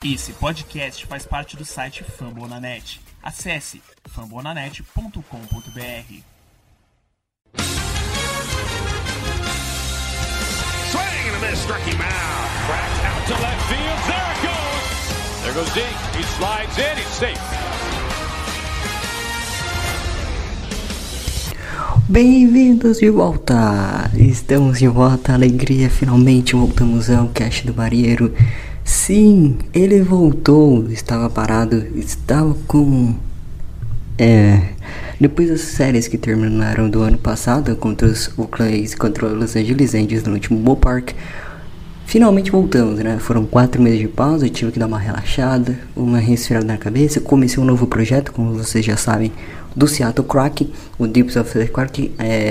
Esse podcast faz parte do site Fambonanet. Acesse fambonanet.com.br. Swing and a miss, struck him out. Cracked out to left field. There it goes. There goes deep. He slides in. He's safe. Bem-vindos de volta! Estamos de volta, alegria, finalmente voltamos ao Cast do Marinheiro. Sim, ele voltou, estava parado, estava com... Depois das séries que terminaram do ano passado contra os Oakland, contra os Los Angeles Angels no último ballpark, finalmente voltamos, né? Foram 4 meses de pausa, eu tive que dar uma relaxada, uma resfriada na cabeça. Comecei um novo projeto, como vocês já sabem, do Seattle Kraken, o Deep of the Kraken.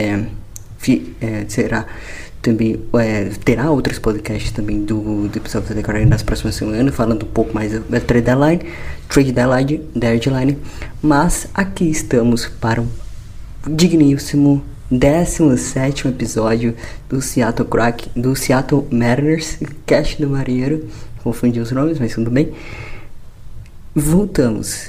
Será também, terá outros podcasts também do Deep of the Kraken nas próximas semanas, falando um pouco mais da trade deadline, mas aqui estamos para o digníssimo 17º episódio do Seattle Kraken, do Seattle Mariners, Cast do Marinheiro. Confundi os nomes, mas tudo bem. Voltamos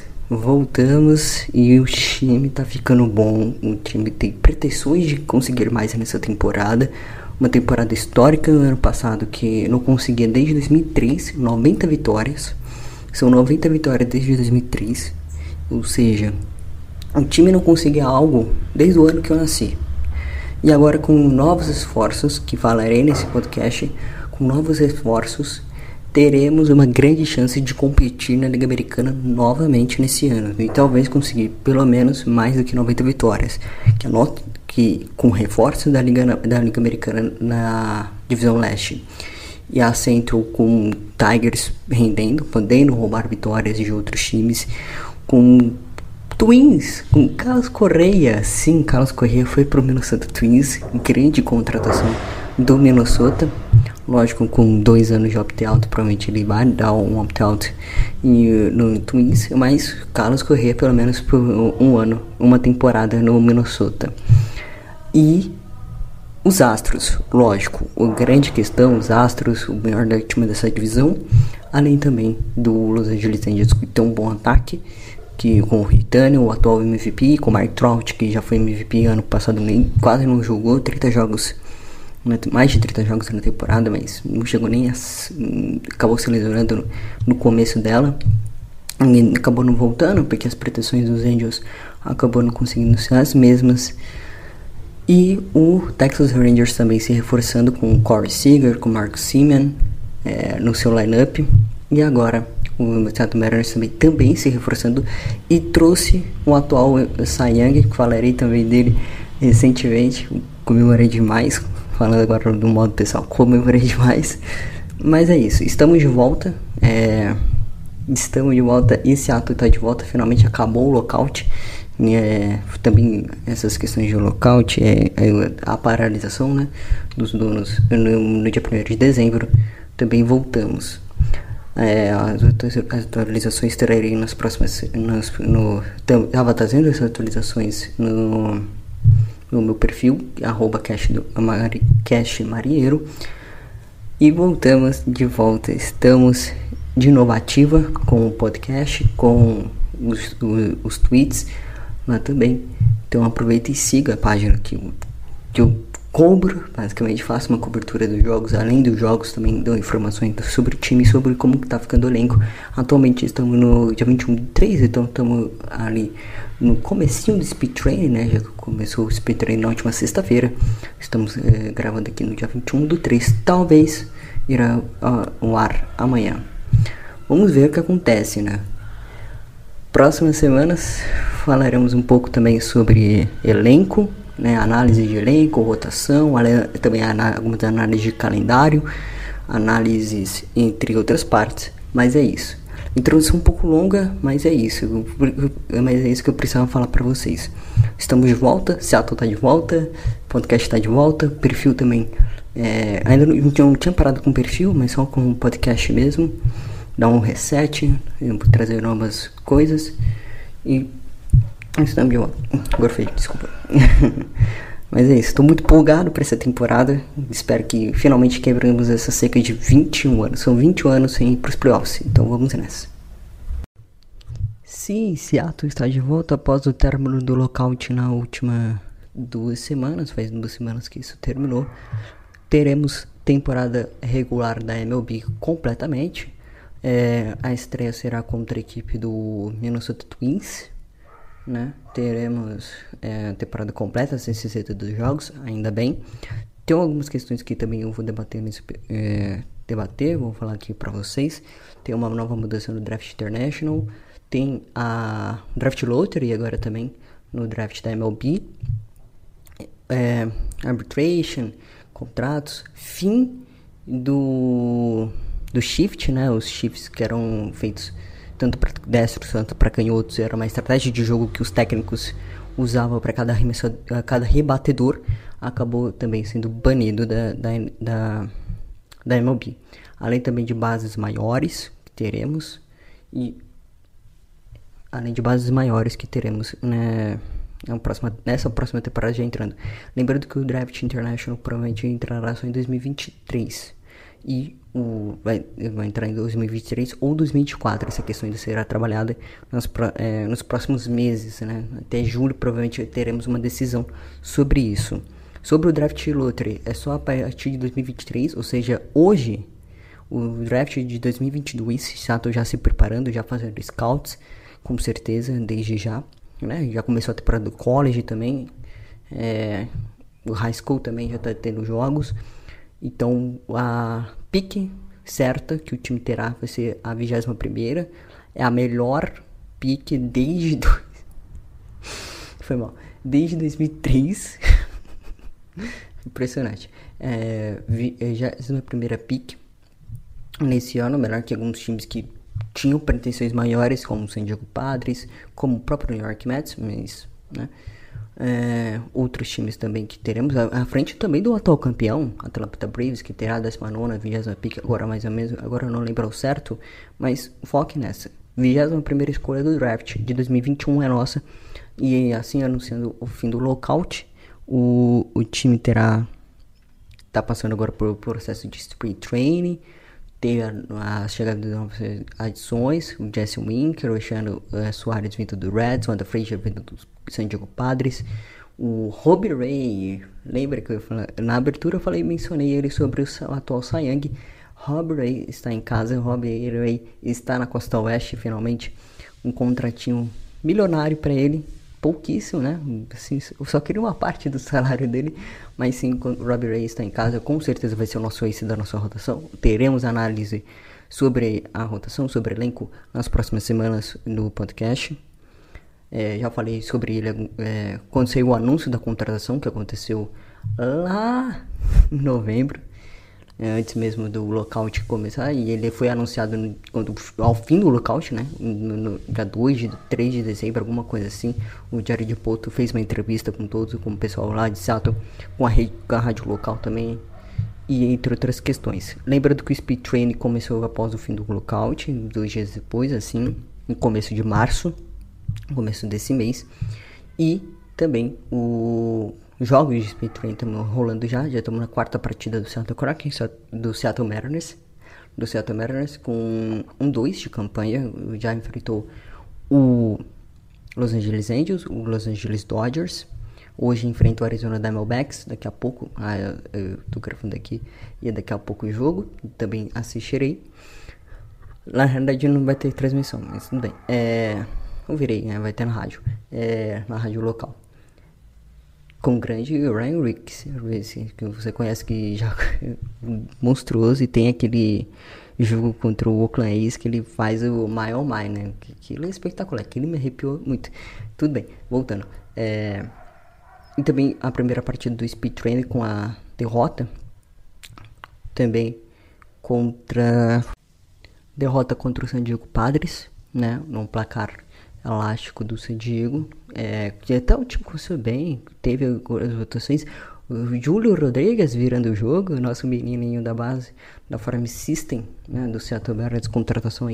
e o time tá ficando bom. O time tem pretensões de conseguir mais nessa temporada. Uma temporada histórica no ano passado que não conseguia desde 2003, 90 vitórias. São 90 vitórias desde 2003. Ou seja, o time não conseguia algo desde o ano que eu nasci. E agora, com novos esforços, que falarei nesse podcast, com novos esforços, teremos uma grande chance de competir na Liga Americana novamente nesse ano. E talvez conseguir pelo menos mais do que 90 vitórias. Que com reforço da Liga Americana na Divisão Leste e a Central, com Tigers podendo roubar vitórias de outros times, com Twins, com Carlos Correa. Sim, Carlos Correa foi pro Minnesota Twins, grande contratação do Minnesota. Lógico, com 2 anos de opt-out, provavelmente ele vai dar um opt-out no Twins, mas Carlos Correa pelo menos por um ano, uma temporada no Minnesota. E os Astros, lógico, a grande questão, os Astros, o melhor time dessa divisão, além também do Los Angeles Angels, que tem um bom ataque, que com o Ritano, o atual MVP, com o Mike Trout, que já foi MVP ano passado, nem quase não jogou 30 jogos, mais de 30 jogos na temporada, mas não chegou nem acabou se lesionando no começo dela, e acabou não voltando, porque as pretensões dos Angels acabou não conseguindo ser as mesmas. E o Texas Rangers também se reforçando com o Corey Seager, com o Marcus Semien no seu lineup. E agora o Seattle Mariners também se reforçando e trouxe o atual Cy Young, que falarei também dele recentemente. Comemorei demais, falando agora do modo pessoal, comemorei demais. Mas é isso, estamos de volta. Estamos de volta e Seattle está de volta. Finalmente acabou o lockout. Também essas questões de lockout, a paralisação, né, dos donos no dia 1º de dezembro. Também voltamos. As atualizações terei nas próximas. Estava trazendo essas atualizações no meu perfil, @cashmarinheiro. E voltamos de volta. Estamos de novo ativa com o podcast, com os tweets lá também. Então aproveita e siga a página que eu cobro, basicamente faço uma cobertura dos jogos, além dos jogos também dou informações sobre o time, sobre como que tá ficando o elenco. Atualmente estamos no dia 21/3, então estamos ali no comecinho do Speed Training, né? Já começou o Speed Training na última sexta-feira. Estamos gravando aqui no dia 21/3, talvez irá ao ar amanhã. Vamos ver o que acontece, né? Próximas semanas falaremos um pouco também sobre elenco, né, análise de elenco, rotação, também algumas análises de calendário, análises entre outras partes, mas é isso. Introdução um pouco longa, mas é isso. Mas é isso que eu precisava falar para vocês. Estamos de volta, Seattle tá de volta, podcast tá de volta, perfil também. Ainda não tinha parado com o perfil, mas só com o podcast mesmo. Dar um reset, trazer novas coisas e estamos de volta. Agora foi, desculpa. Mas é isso, estou muito empolgado para essa temporada. Espero que finalmente quebramos essa seca de 21 anos. São 21 anos sem ir para os playoffs, então vamos nessa. Sim, Seattle está de volta após o término do lockout na última 2 semanas. Faz 2 semanas que isso terminou. Teremos temporada regular da MLB completamente. A estreia será contra a equipe do Minnesota Twins, né? Teremos a temporada completa, 162 jogos, ainda bem. Tem algumas questões que também eu vou debater, vou falar aqui pra vocês. Tem uma nova mudança no Draft International, tem a Draft Lottery agora também no Draft da MLB, Arbitration, contratos, fim do shift, né? Os shifts que eram feitos tanto para destros, tanto para canhotos, era uma estratégia de jogo que os técnicos usavam para cada rebatedor, acabou também sendo banido da MLB. Além também de bases maiores que teremos, né, nessa próxima temporada já entrando. Lembrando que o Draft International provavelmente entrará só em 2023 e vai entrar em 2023 ou 2024. Essa questão ainda será trabalhada nos próximos meses, né? Até julho provavelmente teremos uma decisão sobre isso. Sobre o Draft Lottery, é só a partir de 2023, ou seja, hoje o Draft de 2022, Seattle já se preparando, já fazendo scouts, com certeza, desde já, né? Já começou a temporada do college também, o high school também já está tendo jogos. Então, a pick certa que o time terá vai ser a 21ª. É a melhor pick desde 2003. Impressionante. Já é a primeira pick nesse ano, melhor que alguns times que tinham pretensões maiores, como o San Diego Padres, como o próprio New York Mets, mas, né? Outros times também que teremos à frente também do atual campeão Atlanta Braves, que terá a 19ª, 20ª pick, agora mais ou menos, agora eu não lembro ao certo, mas foque nessa 21ª escolha do draft de 2021 é nossa. E assim, anunciando o fim do lockout, o time tá passando agora por processo de spring training. Teve a chegada de novas adições, o Jesse Winker, o Alexandre Soares vindo do Reds, o André Frazier vindo do San Diego Padres, o Robbie Ray, lembra que na abertura eu mencionei ele sobre o atual Cy Young. Robbie Ray está em casa, Robbie Ray está na Costa Oeste, finalmente, um contratinho milionário para ele, pouquíssimo, né? Assim, eu só queria uma parte do salário dele, mas sim, quando o Robbie Ray está em casa, com certeza vai ser o nosso ace da nossa rotação. Teremos análise sobre a rotação, sobre o elenco nas próximas semanas no podcast. Já falei sobre ele quando saiu o anúncio da contratação, que aconteceu lá em novembro, antes mesmo do lockout começar, e ele foi anunciado ao fim do lockout, né, no dia 3 de dezembro, alguma coisa assim. O Jared Poto fez uma entrevista com o pessoal lá de Seattle, com a rádio local também, e entre outras questões. Lembrando que o Speed Training começou após o fim do lockout, 2 dias depois, assim, no começo de março, no começo desse mês, e também os jogos de Speed Training estão rolando já estamos na 4ª partida do Seattle Kraken, do Seattle Mariners, com 1-2 de campanha. Já enfrentou o Los Angeles Angels, o Los Angeles Dodgers. Hoje enfrenta o Arizona Diamondbacks, daqui a pouco, eu tô gravando aqui, e daqui a pouco o jogo, também assistirei. Na realidade não vai ter transmissão, mas tudo bem, eu virei, né? Vai ter na rádio local, com o grande Ryan Ricks, que você conhece, que já é monstruoso, e tem aquele jogo contra o Oakland A's que ele faz o My Oh My, né? Aquilo é espetacular, aquilo me arrepiou muito. Tudo bem, voltando. E também a primeira partida do Speed Training com a derrota também contra o San Diego Padres, né? Num placar elástico do San Diego, que até o time começou bem, teve as votações. O Júlio Rodrigues virando o jogo, nosso menininho da base da Farm System, né, do Seattle Mariners, contratação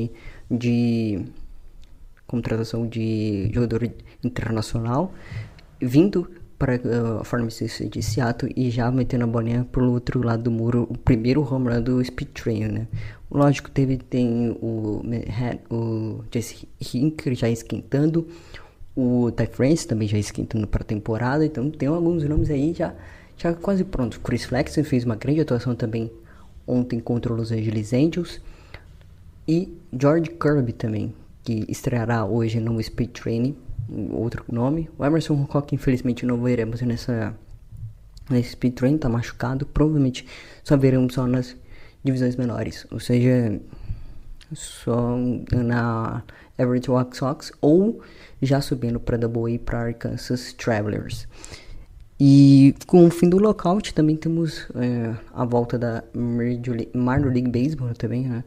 de jogador internacional, vindo para a farmacêutica de Seattle e já metendo a bolinha pro outro lado do muro, o primeiro home run do Speed Train, né? Lógico, tem o Jesse Hinker já esquentando, o Ty France também já esquentando para a temporada, então tem alguns nomes aí já quase prontos. Chris Flexen fez uma grande atuação também ontem contra os Los Angeles Angels, e George Kirby também, que estreará hoje no Speed Training, outro nome. O Emerson Hancock, infelizmente, não veremos nesse Speed Training, tá machucado. Provavelmente só veremos só nas divisões menores, ou seja, só na Everett White Sox, ou já subindo para Double-A para Arkansas Travelers. E com o fim do lockout também temos a volta da Minor League Baseball também, né?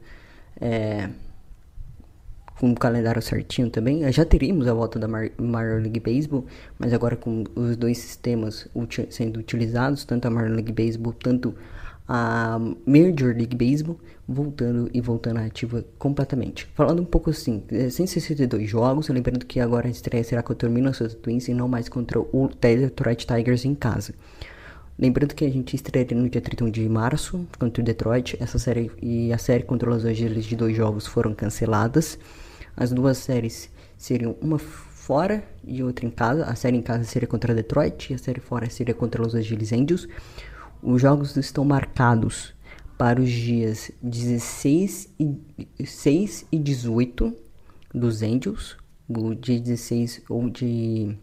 Com o calendário certinho também. Já teríamos a volta da Minor League Baseball, mas agora com os dois sistemas sendo utilizados, tanto a Minor League Baseball, tanto a Major League Baseball, voltando ativa completamente. Falando um pouco assim, 162 jogos, lembrando que agora a estreia será contra o Minnesota Twins e não mais contra o Detroit Tigers em casa. Lembrando que a gente estreia no dia 31 de março contra o Detroit. Essa série e a série contra os Los Angeles de 2 jogos foram canceladas. As duas séries seriam uma fora e outra em casa. A série em casa seria contra Detroit e a série fora seria contra os Los Angeles Angels. Os jogos estão marcados para os dias 16 e 18 dos Angels. O dia 16 ou de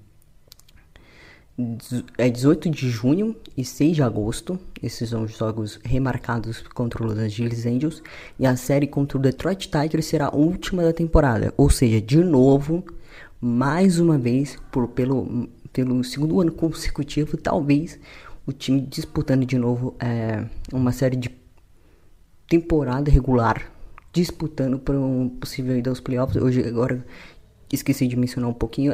18 de junho e 6 de agosto. Esses são os jogos remarcados contra os Los Angeles Angels. E a série contra o Detroit Tigers será a última da temporada. Ou seja, de novo, mais uma vez, pelo segundo ano consecutivo, talvez o time disputando de novo uma série de temporada regular, disputando por um possível ida aos playoffs. Hoje, agora, esqueci de mencionar um pouquinho,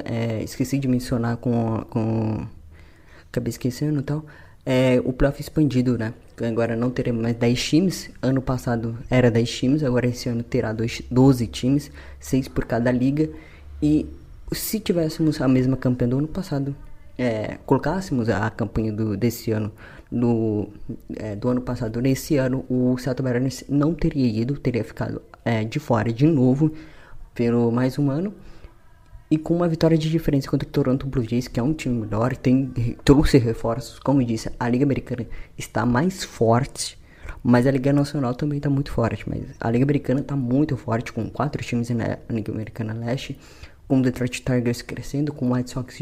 acabei esquecendo e tal, o playoff expandido, né? Agora não teremos mais 10 times, ano passado era 10 times, agora esse ano terá 12 times, 6 por cada liga, e se tivéssemos a mesma campanha do ano passado, colocássemos a campanha desse ano do ano passado nesse ano, o Seattle Mariners não teria ido, teria ficado de fora de novo pelo mais um ano, e com uma vitória de diferença contra o Toronto Blue Jays, que é um time melhor, trouxe reforços. Como eu disse, a Liga Americana está mais forte, mas a Liga Nacional também está muito forte. Mas a Liga Americana está muito forte, com 4 times na Liga Americana Leste, com o Detroit Tigers crescendo, com o White Sox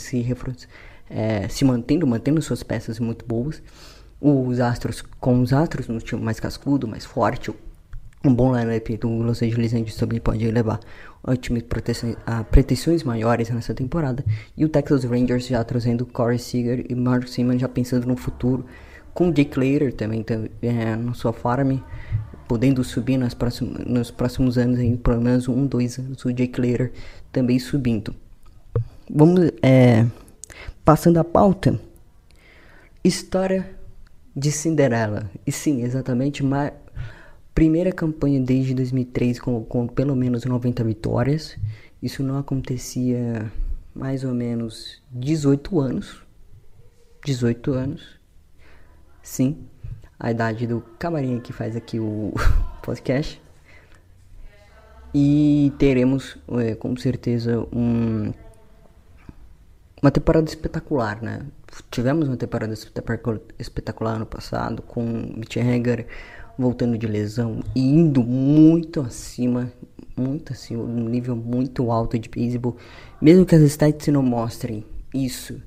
se mantendo suas peças muito boas. Os Astros no time mais cascudo, mais forte. Um bom lineup do Los Angeles Angels também pode levar o time a pretensões maiores nessa temporada. E o Texas Rangers já trazendo Corey Seager e Mark Semien, já pensando no futuro, com o Jake Leiter também na sua farm, podendo subir nos próximos anos, aí, pelo menos 2 anos, o Jake Leiter também subindo. Vamos passando a pauta. História de Cinderela. E sim, exatamente, primeira campanha desde 2003 com pelo menos 90 vitórias. Isso não acontecia mais ou menos 18 anos. 18 anos. Sim, a idade do camarinha que faz aqui o podcast. E teremos com certeza uma temporada espetacular, né? Tivemos uma temporada espetacular ano passado, com o Mitch Haniger voltando de lesão e indo muito acima, um nível muito alto de beisebol, mesmo que as stats não mostrem isso,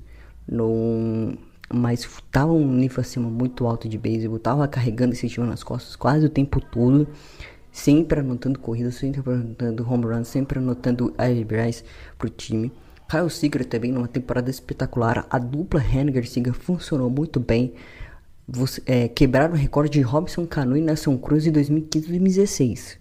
mas estava um nível acima muito alto de beisebol, estava carregando esse time nas costas quase o tempo todo, sempre anotando corridas, sempre anotando home runs, sempre anotando RBIs pro time. Kyle Seager também numa temporada espetacular, a dupla Haniger-Seager funcionou muito bem. Quebraram o recorde de Robinson Cano e Nelson Cruz em 2015 e 2016.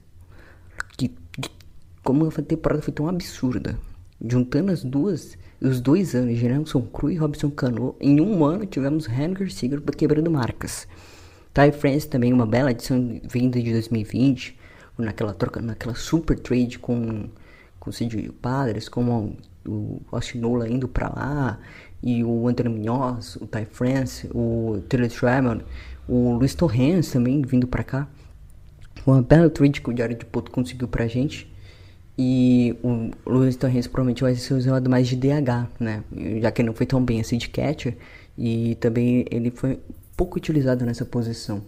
Como a temporada foi tão absurda. Juntando os 2 anos de Nelson Cruz e Robinson Cano, em um ano tivemos Haniger-Seager quebrando marcas. Ty France também, uma bela edição vinda de 2020, naquela super trade com o CJ Padres, com o Austin Nola indo pra lá, e o Anthony Munoz, o Ty France, o Taylor Trammell, o Luis Torrens também vindo pra cá. Uma bela trade que o Jared Poto conseguiu pra gente. E o Luis Torrens provavelmente vai ser usado mais de DH, né? Já que ele não foi tão bem assim de catcher. E também ele foi pouco utilizado nessa posição.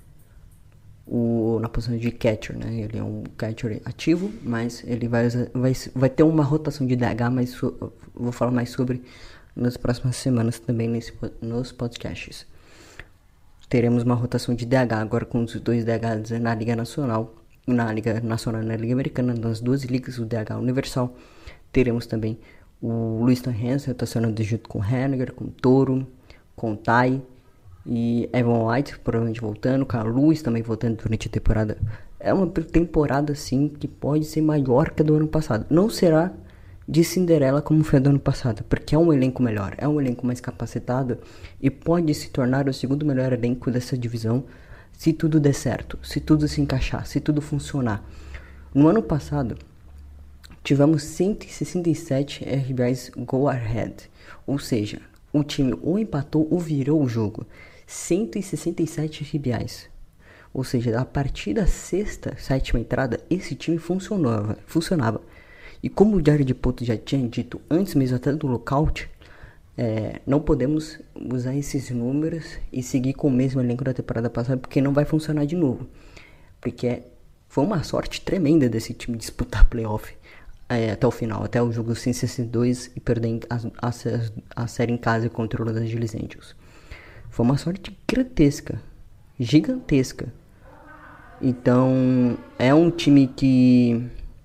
Na posição de catcher, né? Ele é um catcher ativo, mas ele vai ter uma rotação de DH, mas vou falar mais sobre nas próximas semanas também nos podcasts. Teremos uma rotação de DH agora com os dois DHs na Liga Nacional. Na Liga Nacional e na Liga Americana, nas duas ligas, o DH Universal. Teremos também o Luis Torrens rotacionando junto com o Haniger, com o Toro, com o Ty e Evan White provavelmente voltando, Carl Lewis também voltando durante a temporada. É uma temporada assim que pode ser maior que a do ano passado. Não será de Cinderela como foi a do ano passado, porque é um elenco melhor, é um elenco mais capacitado e pode se tornar o segundo melhor elenco dessa divisão. Se tudo der certo, se tudo se encaixar, se tudo funcionar. No ano passado, tivemos 167 RBIs go ahead. Ou seja, o time ou empatou ou virou o jogo. 167 RBIs. Ou seja, a partir da sexta, sétima entrada, esse time funcionava. E como o Jared Poto já tinha dito antes mesmo até do lockout, não podemos usar esses números e seguir com o mesmo elenco da temporada passada, porque não vai funcionar de novo. Porque foi uma sorte tremenda desse time disputar playoff até o final, até o jogo 162 e perder a série em casa contra o Los Angeles Angels. Foi uma sorte gigantesca. Então é um time que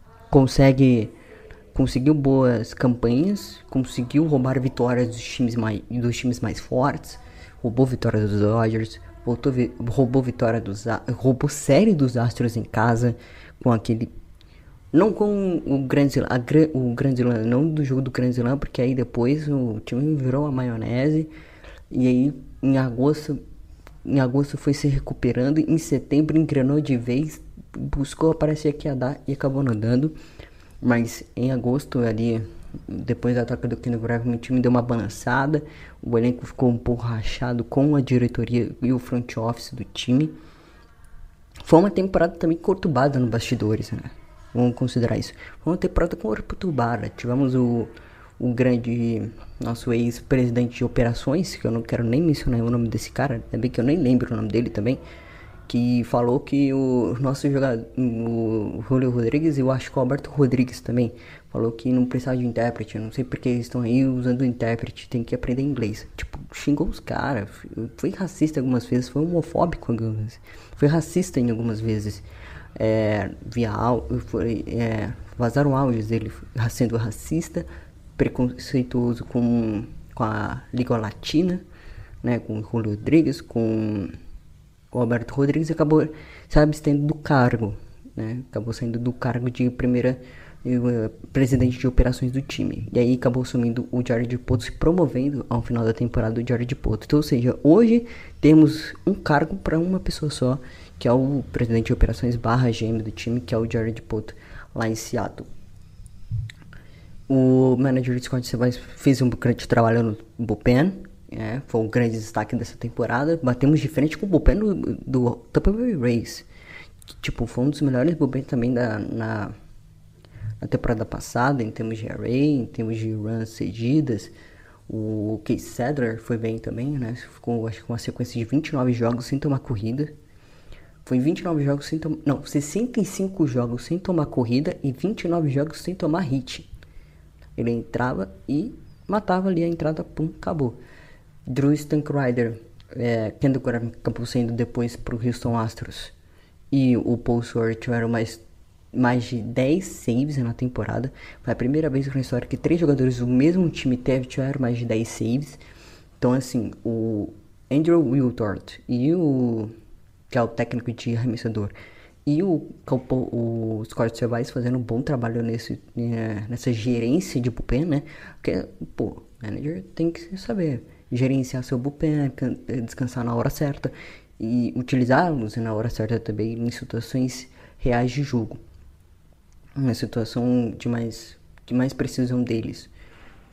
conseguiu boas campanhas, conseguiu roubar vitórias dos times mais fortes, roubou vitória dos Dodgers, roubou série dos Astros em casa, com aquele, não com o Grand Slam, não do jogo do Grand Slam, porque aí depois o time virou uma maionese, e aí em agosto foi se recuperando, em setembro engrenou de vez, buscou, parecia que ia dar e acabou não dando. Mas em agosto, ali, depois da troca do Ken Graveman, o time deu uma balançada. O elenco ficou um pouco rachado com a diretoria e o front office do time. Foi uma temporada também conturbada nos bastidores, né? Vamos considerar isso. Foi uma temporada conturbada. Tivemos o nosso ex-presidente de operações, que eu não quero nem mencionar o nome desse cara, também que eu nem lembro o nome dele também, que falou que o nosso jogador, o Julio Rodrigues e o acho que o Alberto Rodrigues também, falou que não precisava de intérprete. Eu não sei porque eles estão aí usando intérprete, tem que aprender inglês. Tipo, xingou os caras, foi racista algumas vezes, foi homofóbico algumas vezes, foi racista em algumas vezes. Vazaram áudios dele sendo racista, preconceituoso com a Liga Latina, né, com o Julio Rodrigues, com o Alberto Rodrigues, acabou se abstendo do cargo, né? Acabou saindo do cargo de primeira presidente de operações do time. E aí acabou assumindo o Jared Poto, se promovendo ao final da temporada do Jared Poto. Então, ou seja, hoje temos um cargo para uma pessoa só, que é o presidente de operações / GM do time, que é o Jared Poto, lá em Seattle. O manager Scott Sebas fez um grande trabalho no bullpen. Foi um grande destaque dessa temporada. Batemos de frente com o bullpen do Tampa Bay Rays, que tipo, foi um dos melhores bullpen também na temporada passada, em termos de array, em termos de runs cedidas. O Case Sadler foi bem também, né? Ficou, acho que uma sequência de 29 jogos sem tomar corrida. Foi 29 jogos sem tomar... Não, 65 jogos sem tomar corrida e 29 jogos sem tomar hit. Ele entrava e matava ali a entrada, pum, acabou. Drew Stankwrider, Kendall Graveman acabou saindo depois para o Houston Astros, e o Paul Seward tiveram mais de 10 saves na temporada. Foi a primeira vez na história que 3 jogadores do mesmo time tiveram mais de 10 saves. Então, assim, o Andrew Wiltord que é o técnico de arremessador, e o Scott Sebas fazendo um bom trabalho nessa gerência de bullpen, né? Porque, o manager tem que saber gerenciar seu bullpen, descansar na hora certa e utilizá-los na hora certa também em situações reais de jogo, na situação que mais precisam deles.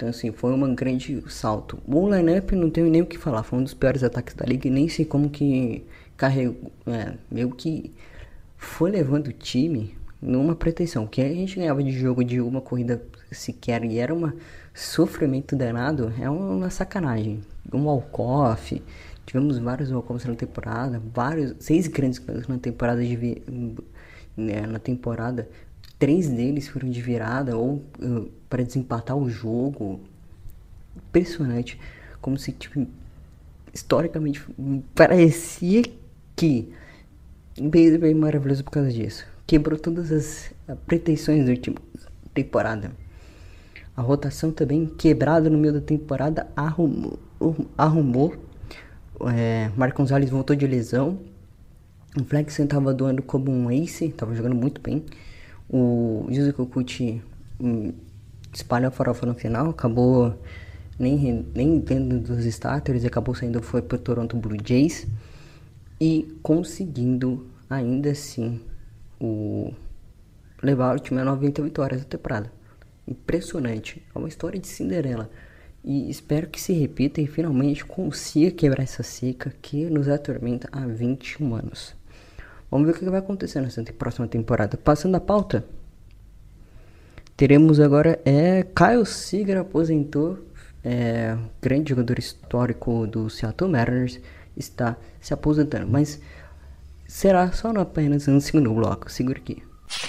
Então, assim, foi um grande salto. O line-up não tenho nem o que falar. Foi um dos piores ataques da liga. E nem sei como que carregou. Meio que foi levando o time numa pretensão. Que a gente ganhava de jogo de uma corrida sequer. E era um sofrimento danado. É uma sacanagem. Um walk-off. Tivemos vários walk-offs na temporada. 6 grandes na temporada na temporada. 3 deles foram de virada ou para desempatar o jogo. Impressionante. Como se, tipo, historicamente, parecia que o beisebol é maravilhoso por causa disso. Quebrou todas as pretensões do último temporada. A rotação também quebrada no meio da temporada arrumou. Marco Gonzalez voltou de lesão. O Flexen estava doando como um ace, estava jogando muito bem. O Yuzo Kikuchi espalhou a farofa no final, acabou nem tendo dos starters, acabou saindo, foi para o Toronto Blue Jays e conseguindo ainda assim levar o time a 90 vitórias da temporada. Impressionante, é uma história de Cinderela e espero que se repita e finalmente consiga quebrar essa seca que nos atormenta há 21 anos. Vamos ver o que vai acontecer nessa próxima temporada. Passando a pauta, teremos agora Kyle Seager aposentou, grande jogador histórico do Seattle Mariners, está se aposentando, mas será só apenas no segundo bloco. Segura aqui.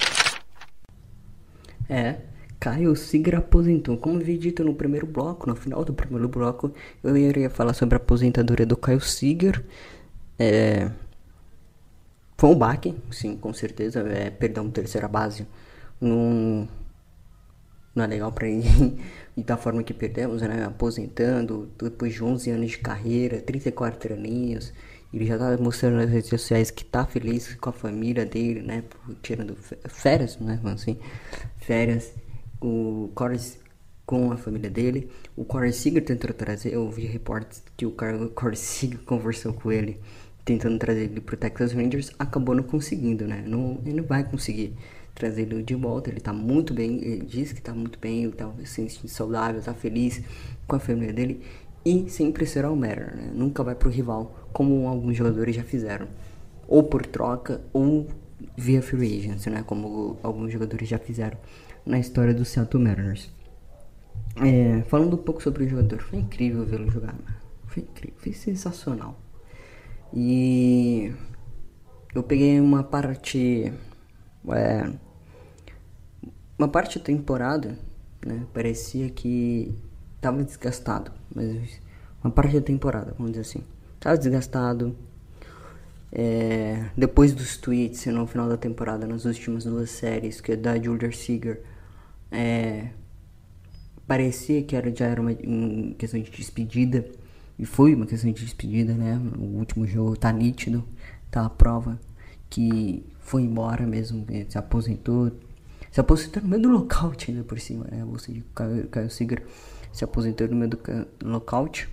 Kyle Seager aposentou. Como vi dito no primeiro bloco, no final do primeiro bloco, eu iria falar sobre a aposentadoria do Kyle Seager. Foi um baque, sim, com certeza. Perder uma terceira base não é legal pra ninguém. E da forma que perdemos, né? Aposentando depois de 11 anos de carreira, 34 aninhos. Ele já tá mostrando nas redes sociais que tá feliz com a família dele, né? Tirando férias, né? Assim, férias. O Corey com a família dele. O Corey Seager tentou trazer. Eu vi reportes que o Corey Seager conversou com ele, tentando trazer ele pro Texas Rangers, acabou não conseguindo, né? Ele não vai conseguir trazer ele de volta. Ele tá muito bem, ele diz que tá muito bem, ele tá se sentindo saudável, tá feliz com a família dele e sempre será o Matter, né? Nunca vai pro rival, como alguns jogadores já fizeram, ou por troca ou via free agency, né? Como alguns jogadores já fizeram na história do Seattle Mariners. Falando um pouco sobre o jogador, foi incrível vê-lo jogar, né? Foi incrível, foi sensacional. E eu peguei uma parte da temporada, né? Parecia que tava desgastado, mas uma parte da temporada, vamos dizer assim, tava desgastado. Depois dos tweets no final da temporada, nas últimas 2 séries, que é da Julia Seager, parecia que já era uma questão de despedida. E foi uma questão de despedida, né? O último jogo tá nítido, tá a prova que foi embora mesmo, se aposentou no meio do lockout ainda por cima, né? Você de Kyle Seager se aposentou no meio do lockout.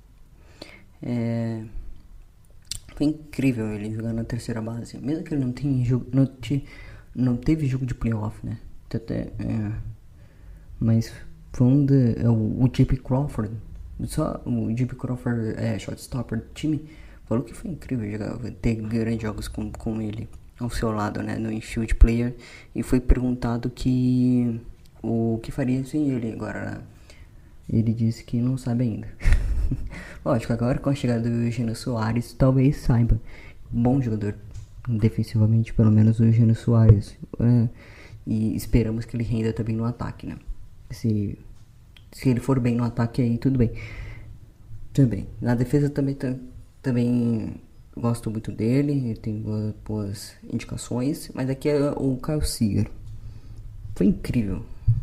Foi incrível ele jogar na terceira base, mesmo que ele não teve jogo de playoff, né? Mas foi o J.P. Crawford. Só o J.P. Crawford, shortstopper do time, falou que foi incrível ter grandes jogos com ele ao seu lado, né, no infield player, e foi perguntado o que faria sem ele agora, né? Ele disse que não sabe ainda. Lógico, agora com a chegada do Eugenio Suárez, talvez saiba. Bom jogador, defensivamente, pelo menos o Eugenio Suárez, e esperamos que ele renda também no ataque, né? Se ele for bem no ataque, aí tudo bem. Também. Na defesa também gosto muito dele. Ele tem boas indicações. Mas aqui é o Kyle Seager. Foi incrível.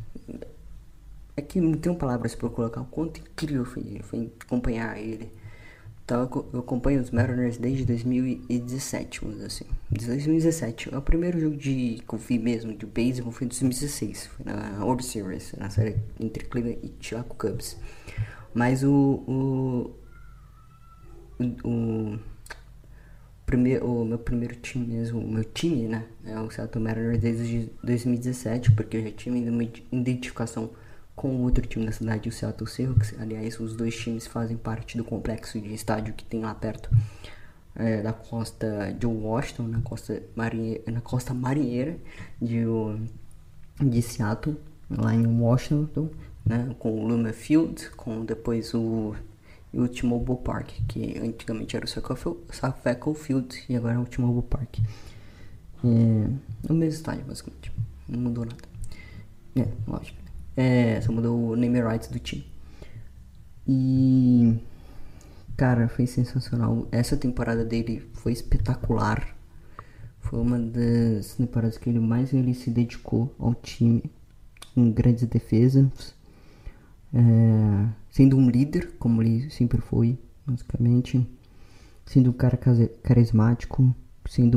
É que não tenho palavras para colocar o quanto incrível foi ele. Foi acompanhar ele. Então, eu acompanho os Mariners desde 2017, vamos dizer assim. Desde 2017. O primeiro jogo que eu vi mesmo de beisebol foi em 2016. Foi na World Series, na série entre Cleveland e Chicago Cubs. Mas o meu primeiro time mesmo, o meu time, né, é o Seattle Mariners desde 2017, porque eu já tinha uma identificação com outro time da cidade, o Seattle Seahawks. Aliás, os dois times fazem parte do complexo de estádio que tem lá perto da costa de Washington, na costa marinheira de Seattle, lá em Washington, né, com o Lumen Field, com depois o T-Mobile Park, que antigamente era o Safeco Field e agora é o T-Mobile Park. É o mesmo estádio, basicamente, não mudou nada. Lógico. Só mudou o name rights do time. E cara, foi sensacional. Essa temporada dele foi espetacular. Foi uma das temporadas que ele se dedicou ao time, com grandes defesas, sendo um líder, como ele sempre foi, basicamente, sendo um cara carismático, sendo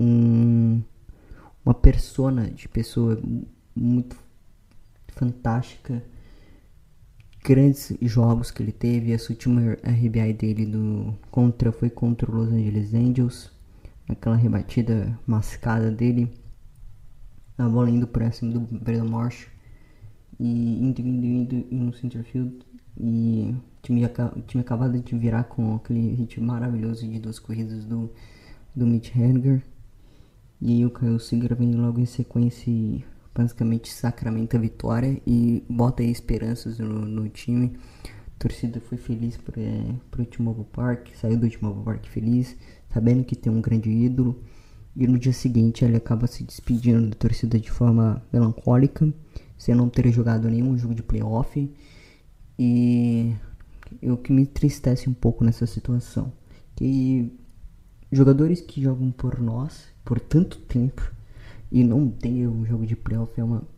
uma persona de pessoa muito fantástica. Grandes jogos que ele teve. Essa última RBI dele foi contra o Los Angeles Angels, aquela rebatida mascada dele, a bola indo por cima do Brandon Marsh e indo no center field, e o time acabado de virar com aquele hit maravilhoso de 2 corridas do Mitch Haniger, e aí o Kyle Seager vindo logo em sequência e basicamente sacramenta a vitória e bota aí esperanças no time. A torcida foi feliz pro T-Mobile Park, saiu do T-Mobile Park feliz, sabendo que tem um grande ídolo, e no dia seguinte ele acaba se despedindo da torcida de forma melancólica, sem não ter jogado nenhum jogo de playoff. E o que me entristece um pouco nessa situação, que jogadores que jogam por nós por tanto tempo e não tem um jogo de playoff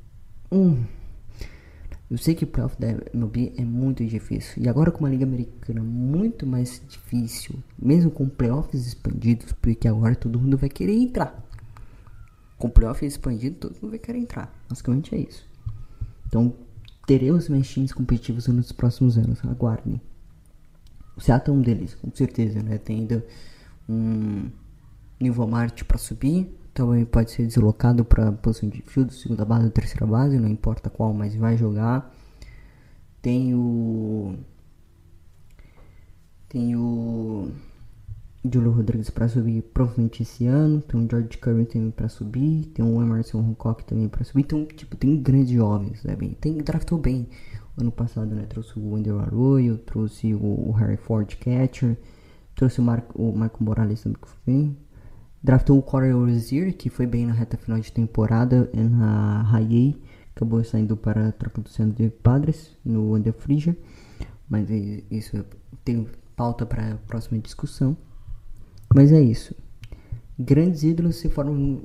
eu sei que o playoff da MLB é muito difícil, e agora com uma liga americana muito mais difícil, mesmo com playoffs expandidos, porque agora todo mundo vai querer entrar. Com playoff expandido, todo mundo vai querer entrar. Basicamente é isso. Então teremos mais times competitivos nos próximos anos, aguardem. O Seattle é um deles, com certeza, né? Tem ainda um nível Marte para subir. Também pode ser deslocado para a posição de field, segunda base ou terceira base, não importa qual, mas vai jogar. Tem o Julio Rodrigues para subir provavelmente esse ano. Tem o George Curry também para subir. Tem o Emerson Hancock também para subir. Então, tem grandes jovens, né? Draftou bem ano passado, né? Trouxe o Wendell Arroyo, trouxe o Harry Ford Catcher, trouxe o Marco Morales também, que foi bem. Draftou o Corey Rozier, que foi bem na reta final de temporada na High A, acabou saindo para a troca do San Diego Padres no Wander Frazier, mas isso tem pauta para a próxima discussão. Mas é isso. Grandes ídolos se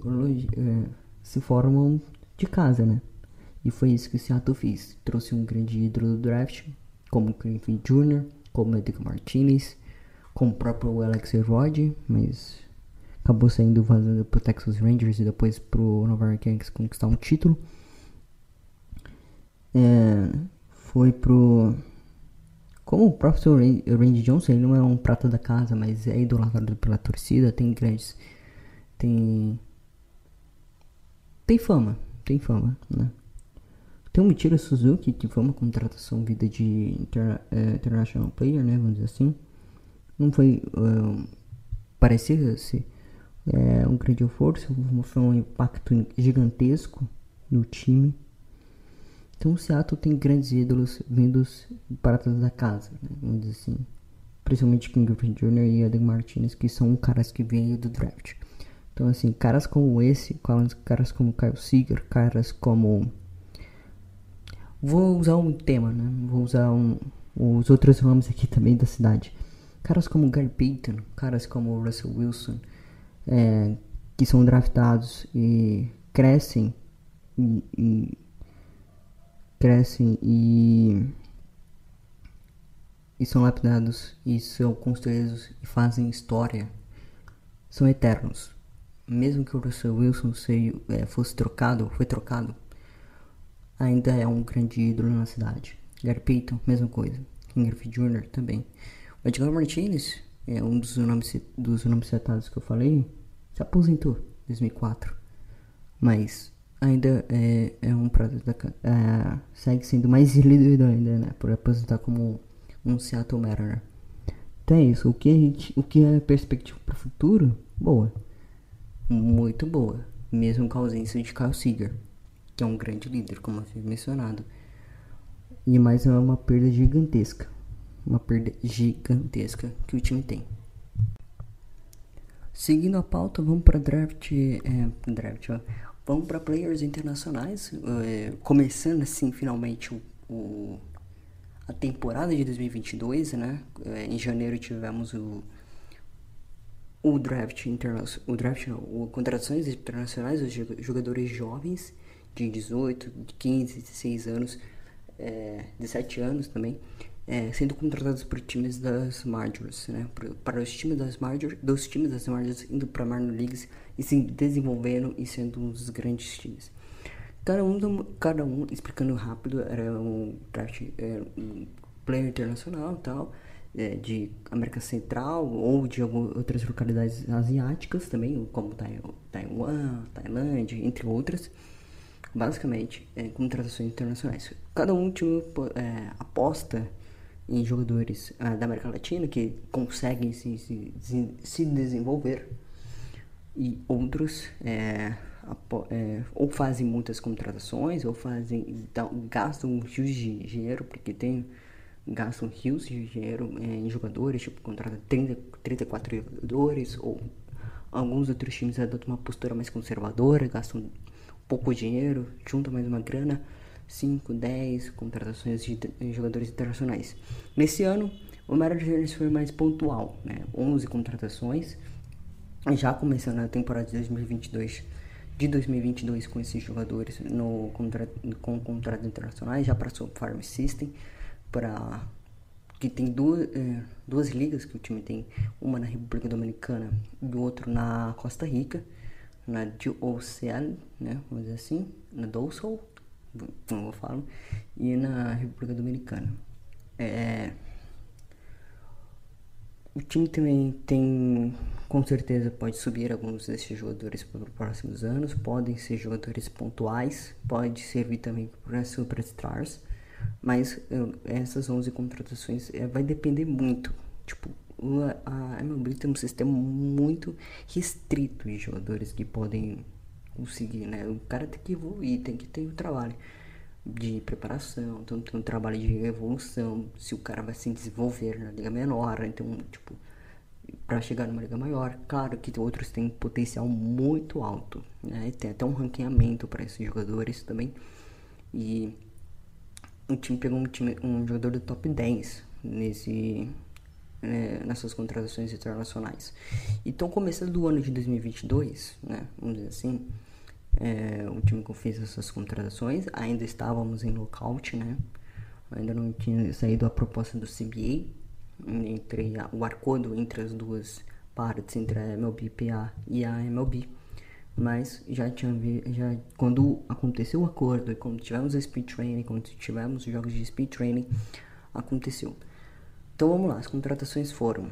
formam de casa, né? E foi isso que o Seattle fez. Trouxe um grande ídolo do draft, como o Griffin Jr., como o Edgar Martinez, como o próprio Alex Rod, mas acabou saindo vazando pro Texas Rangers e depois pro Nova York Yankees conquistar um título. Foi pro... Como o próprio Randy Johnson, ele não é um prata da casa, mas é idolatrado pela torcida, tem grandes... Tem fama, né? Tem o Michiro Suzuki, que foi uma contratação vida de international player, né, vamos dizer assim. Não foi... parecia ser um grande esforço, foi um impacto gigantesco no time. Então o Seattle tem grandes ídolos vindos pratas da casa, né, vamos dizer assim. Principalmente King Griffin Jr. e Edgar Martinez, que são caras que vêm do draft. Então assim, caras como esse, caras como Kyle Seager, caras como... Vou usar um tema, né? Vou usar os outros nomes aqui também da cidade. Caras como Gary Payton, caras como Russell Wilson, que são draftados e crescem e são lapidados e são construídos e fazem história, são eternos. Mesmo que o Russell Wilson foi trocado, ainda é um grande ídolo na cidade. Gary Payton, mesma coisa. King Griffey Jr. também. O Edgar Martinez, um dos nomes citados que eu falei, se aposentou em 2004. Mas ainda é um prato segue sendo mais líder ainda, né? Por aposentar como um Seattle Mariners. Então é isso. O que é a perspectiva para o futuro? Boa. Muito boa. Mesmo com a ausência de Kyle Seager, que é um grande líder, como eu havia mencionado. E mais é uma perda gigantesca. Uma perda gigantesca que o time tem. Seguindo a pauta, vamos para draft. Vamos para players internacionais. Começando assim, finalmente, a temporada de 2022, né? Em janeiro tivemos contratações internacionais dos jogadores jovens de 18, de 15, 16 anos, 17 anos também, sendo contratados por times das Majors, né? Para os times das Majors, indo para Minor Leagues e se desenvolvendo e sendo um dos grandes times. Cada um explicando rápido, era um draft, um player internacional e tal, de América Central ou de outras localidades asiáticas também, como Taiwan, Tailândia, entre outras. Basicamente, contratações internacionais. Cada um time aposta em jogadores da América Latina que conseguem se desenvolver, e outros ou fazem muitas contratações ou gastam rios de dinheiro, porque gastam rios de dinheiro em jogadores, tipo, contratam 34 jogadores, ou alguns outros times adotam uma postura mais conservadora, gastam pouco dinheiro, juntam mais uma grana, 5, 10 contratações de jogadores internacionais. Nesse ano, o Mariners foi mais pontual, né? 11 contratações, já começando a temporada de 2022 com esses jogadores com contratos internacionais, já passou o Farm System, que tem duas ligas que o time tem, uma na República Dominicana e outra na Costa Rica, na DOCL, né, vamos dizer assim, na DOCL, como eu falo, e na República Dominicana. O time também tem, com certeza, pode subir alguns desses jogadores para os próximos anos, podem ser jogadores pontuais, pode servir também para superstars, mas essas 11 contratações vai depender muito. Tipo, a MLB tem um sistema muito restrito de jogadores que podem conseguir, né? O cara tem que evoluir, tem que ter um trabalho de preparação, então tem um trabalho de evolução, se o cara vai se desenvolver na liga menor, então, tipo, para chegar numa liga maior. Claro que outros têm potencial muito alto, né? Tem até um ranqueamento para esses jogadores também, e o time pegou um jogador do top 10 nessas contratações internacionais. Então, começando do ano de 2022, né, vamos dizer assim, o time que fez essas contratações, ainda estávamos em lockout, né, ainda não tinha saído a proposta do CBA, o acordo entre as duas partes, entre a MLBPA e a MLB, mas quando aconteceu o acordo, e quando tivemos a speed training, quando tivemos os jogos de speed training, aconteceu. Então vamos lá, as contratações foram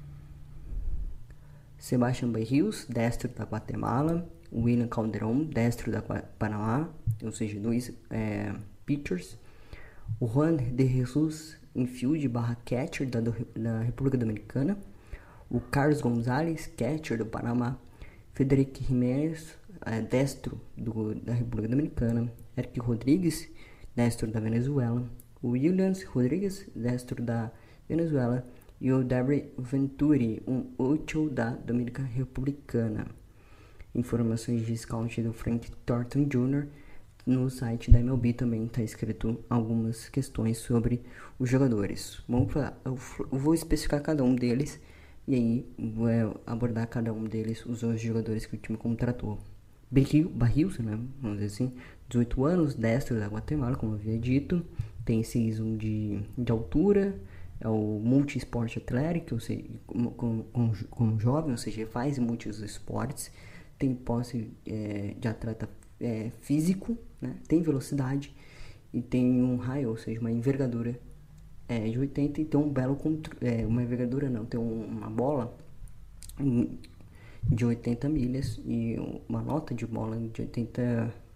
Sebastián Berríos, destro da Guatemala, William Calderón, destro da Panamá, ou seja, 2 pitchers, o Juan de Jesus, infield / catcher da República Dominicana, o Carlos Gonzalez, catcher do Panamá, Federico Jiménez, destro da República Dominicana, Eric Rodrigues, destro da Venezuela, Williams Rodrigues, destro da Venezuela, e o Darby Venturi, um outro da Dominicana Republicana. Informações de scout do Frank Thornton Jr. No site da MLB também está escrito algumas questões sobre os jogadores. Eu vou especificar cada um deles e aí vou abordar cada um deles, os outros jogadores que o time contratou. Berríos, né, vamos dizer assim, 18 anos, destro da Guatemala, como eu havia dito, tem 6'1" de altura, é o multi-esporte atlético, ou seja, como jovem, ou seja, faz muitos esportes, tem posse de atleta físico, né, tem velocidade e tem um raio, ou seja, uma envergadura de 80, e tem um belo uma envergadura não, tem uma bola de 80 milhas e uma nota de bola de 80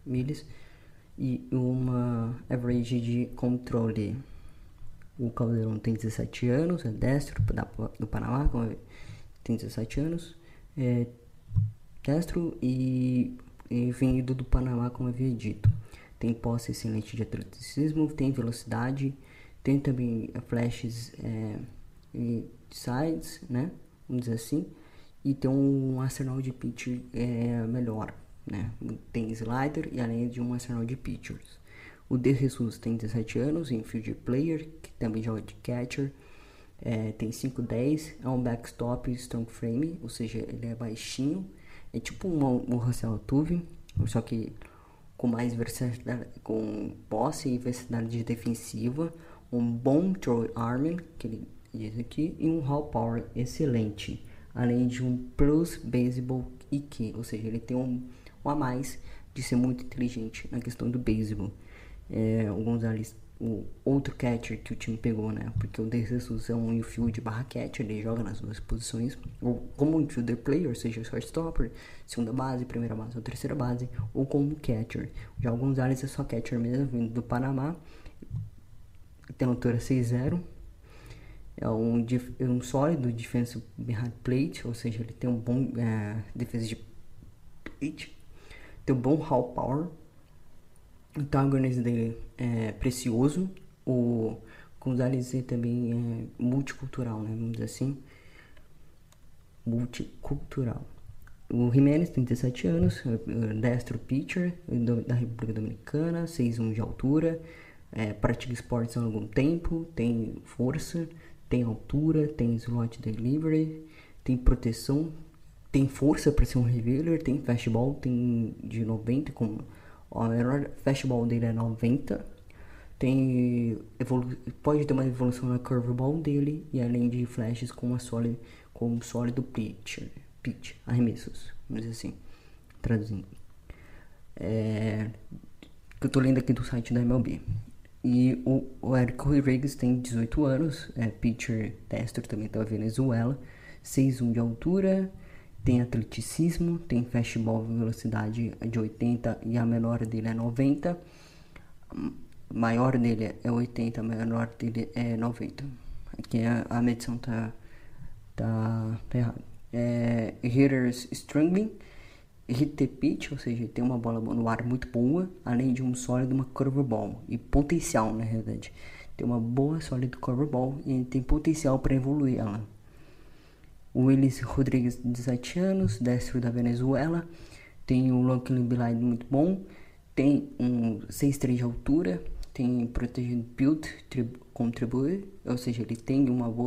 milhas e uma average de controle. O Caldeirão tem 17 anos, é destro do Panamá, tem 17 anos, é destro e vindo do Panamá, como havia dito. Tem posse excelente de atleticismo, tem velocidade, tem também flashes e sides, né? Vamos dizer assim. E tem um arsenal de pitch melhor, né? Tem slider e além de um arsenal de pitchers. O De Jesus tem 17 anos, infield player, que também joga de catcher. Tem 5'10", é um backstop strong frame, ou seja, ele é baixinho. É tipo um Russell Altuve, só que com mais versatilidade, com posse e versatilidade defensiva. Um bom throw arm, que ele diz aqui, e um raw power excelente. Além de um plus baseball IQ, ou seja, ele tem um a mais de ser muito inteligente na questão do baseball. O Gonzalez, o outro catcher que o time pegou, né? Porque o De Jesus é um infield barra catcher, ele joga nas duas posições, ou como um infielder player, seja shortstopper, segunda base, primeira base ou terceira base, ou como catcher. Já o Gonzalez é só catcher mesmo, vindo do Panamá, tem altura 6'0", é um sólido defensive behind plate, ou seja, ele tem um bom defesa de plate, tem um bom raw power. O target dele é precioso. O Gonzalez também é multicultural, né? Vamos dizer assim. Multicultural. O Jimenez tem 17 anos, destro pitcher da República Dominicana, 6'1" de altura, pratica esportes há algum tempo, tem força, tem altura, tem slot delivery, tem proteção, tem força para ser um reliever, tem fastball, tem de 90, o melhor fastball dele é 90, pode ter uma evolução na curveball dele, e além de flashes com um sólido pitch, arremessos, vamos dizer assim, traduzindo. Eu tô lendo aqui do site da MLB. E o Eric Rodrigues tem 18 anos, é pitcher destro também da Venezuela, 6'1" de altura, tem atleticismo, tem fastball velocidade de 80 e a menor dele é 90, maior dele é 80, a menor dele é 90. Aqui a medição tá errada. Hitters struggling, hit pitch, ou seja, tem uma bola no ar muito boa, além de um sólido, uma curveball e potencial, na realidade. Tem uma boa sólido curveball e tem potencial para evoluir ela. O Willis Rodrigues, 17 anos, destro da Venezuela, tem um long line muito bom, tem um 6'3" de altura, tem protegido build contribui, ou seja, ele tem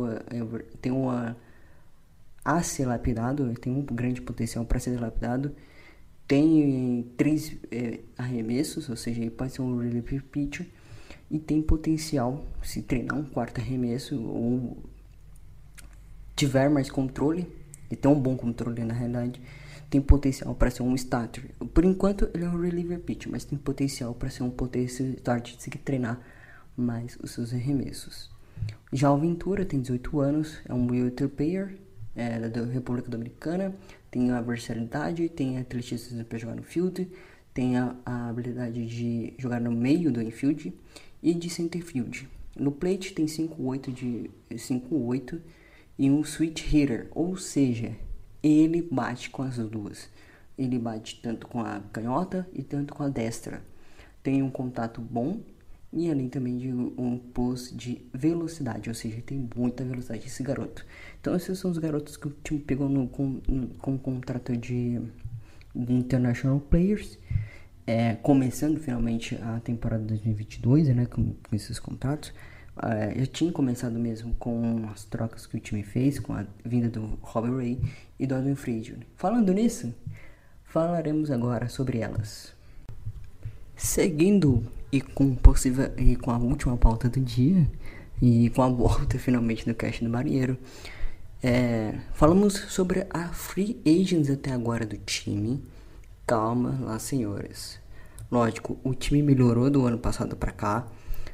a ser lapidado, ele tem um grande potencial para ser lapidado, tem 3 arremessos, ou seja, ele pode ser um reliever pitcher, e tem potencial, se treinar um quarto arremesso ou tiver mais controle, e tem um bom controle na realidade, tem potencial para ser um starter. Por enquanto ele é um reliever pitcher, mas tem potencial para ser um potencial starter se treinar mais os seus arremessos. Já o Ventura tem 18 anos, é um wheelchair player, da República Dominicana, tem a versatilidade, tem a atleticismo para jogar no field, tem a habilidade de jogar no meio do infield e de center field. No plate tem 5'8" e um switch hitter, ou seja, ele bate com as duas. Ele bate tanto com a canhota e tanto com a destra. Tem um contato bom e além também de um plus de velocidade, ou seja, tem muita velocidade esse garoto. Então esses são os garotos que o time pegou com contrato de International Players, começando finalmente a temporada 2022, né, com esses contratos. Já tinha começado mesmo com as trocas que o time fez, com a vinda do Robbie Ray e do Adam Frazier. Falando nisso, falaremos agora sobre elas. Seguindo e com a última pauta do dia, e com a volta finalmente do Cast do Marinheiro, falamos sobre a Free Agents até agora do time. Calma lá, senhores. Lógico, o time melhorou do ano passado para cá.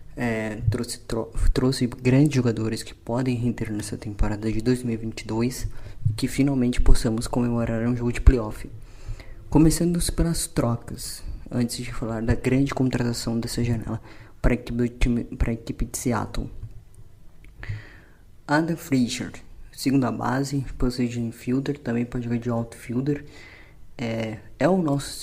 Trouxe grandes jogadores que podem render nessa temporada de 2022 e que finalmente possamos comemorar um jogo de playoff. Começando pelas trocas, antes de falar da grande contratação dessa janela para a equipe de Seattle. Adam Frazier, segunda base, position fielder, também pode jogar de outfielder. É o nosso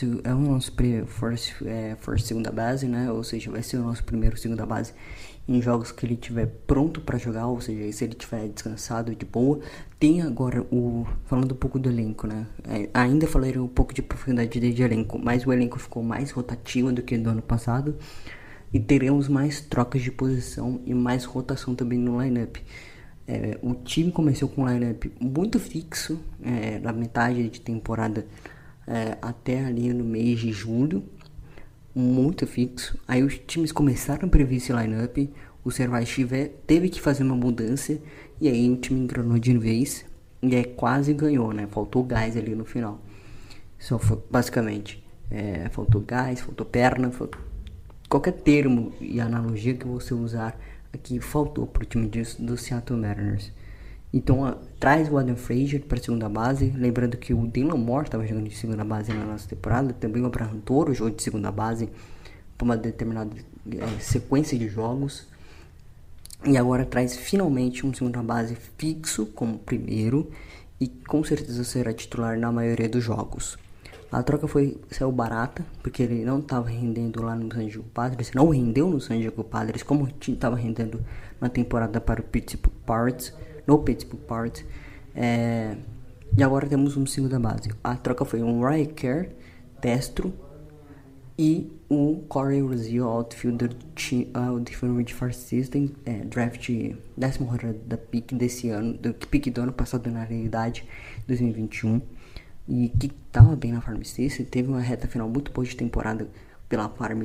first segunda base, né? Ou seja, vai ser o nosso primeiro segunda base em jogos que ele estiver pronto para jogar, ou seja, se ele estiver descansado de boa. Tem agora falando um pouco do elenco, né? Ainda falarei um pouco de profundidade de elenco, mas o elenco ficou mais rotativo do que do ano passado e teremos mais trocas de posição e mais rotação também no lineup. O time começou com um lineup muito fixo na metade de temporada até ali no mês de julho, muito fixo. Aí os times começaram a prever esse lineup, o Cervais teve que fazer uma mudança e aí o time engrenou de vez e quase ganhou, né? Faltou gás ali no final. Só foi, basicamente, faltou gás, faltou perna, qualquer termo e analogia que você usar aqui faltou pro time do Seattle Mariners. Então traz o Adam Frazier para a segunda base, lembrando que o Dylan Moore estava jogando de segunda base na nossa temporada, também o Abraham Toro jogou de segunda base por uma determinada sequência de jogos, e agora traz finalmente um segunda base fixo como primeiro e com certeza será titular na maioria dos jogos. A troca saiu barata, porque ele não estava rendendo lá no San Diego Padres, não rendeu no San Diego Padres como estava rendendo na temporada para o Pittsburgh Pirates, no Pittsburgh Pirates, e agora temos um segunda base. A troca foi um Ryan Kerr, destro, e o Corey Rosio, outfielder do Defensive First System, draft 10ª rodada da pick desse ano, do pick do ano passado na realidade, 2021. E que estava bem na Farm System, teve uma reta final muito boa de temporada pela Farm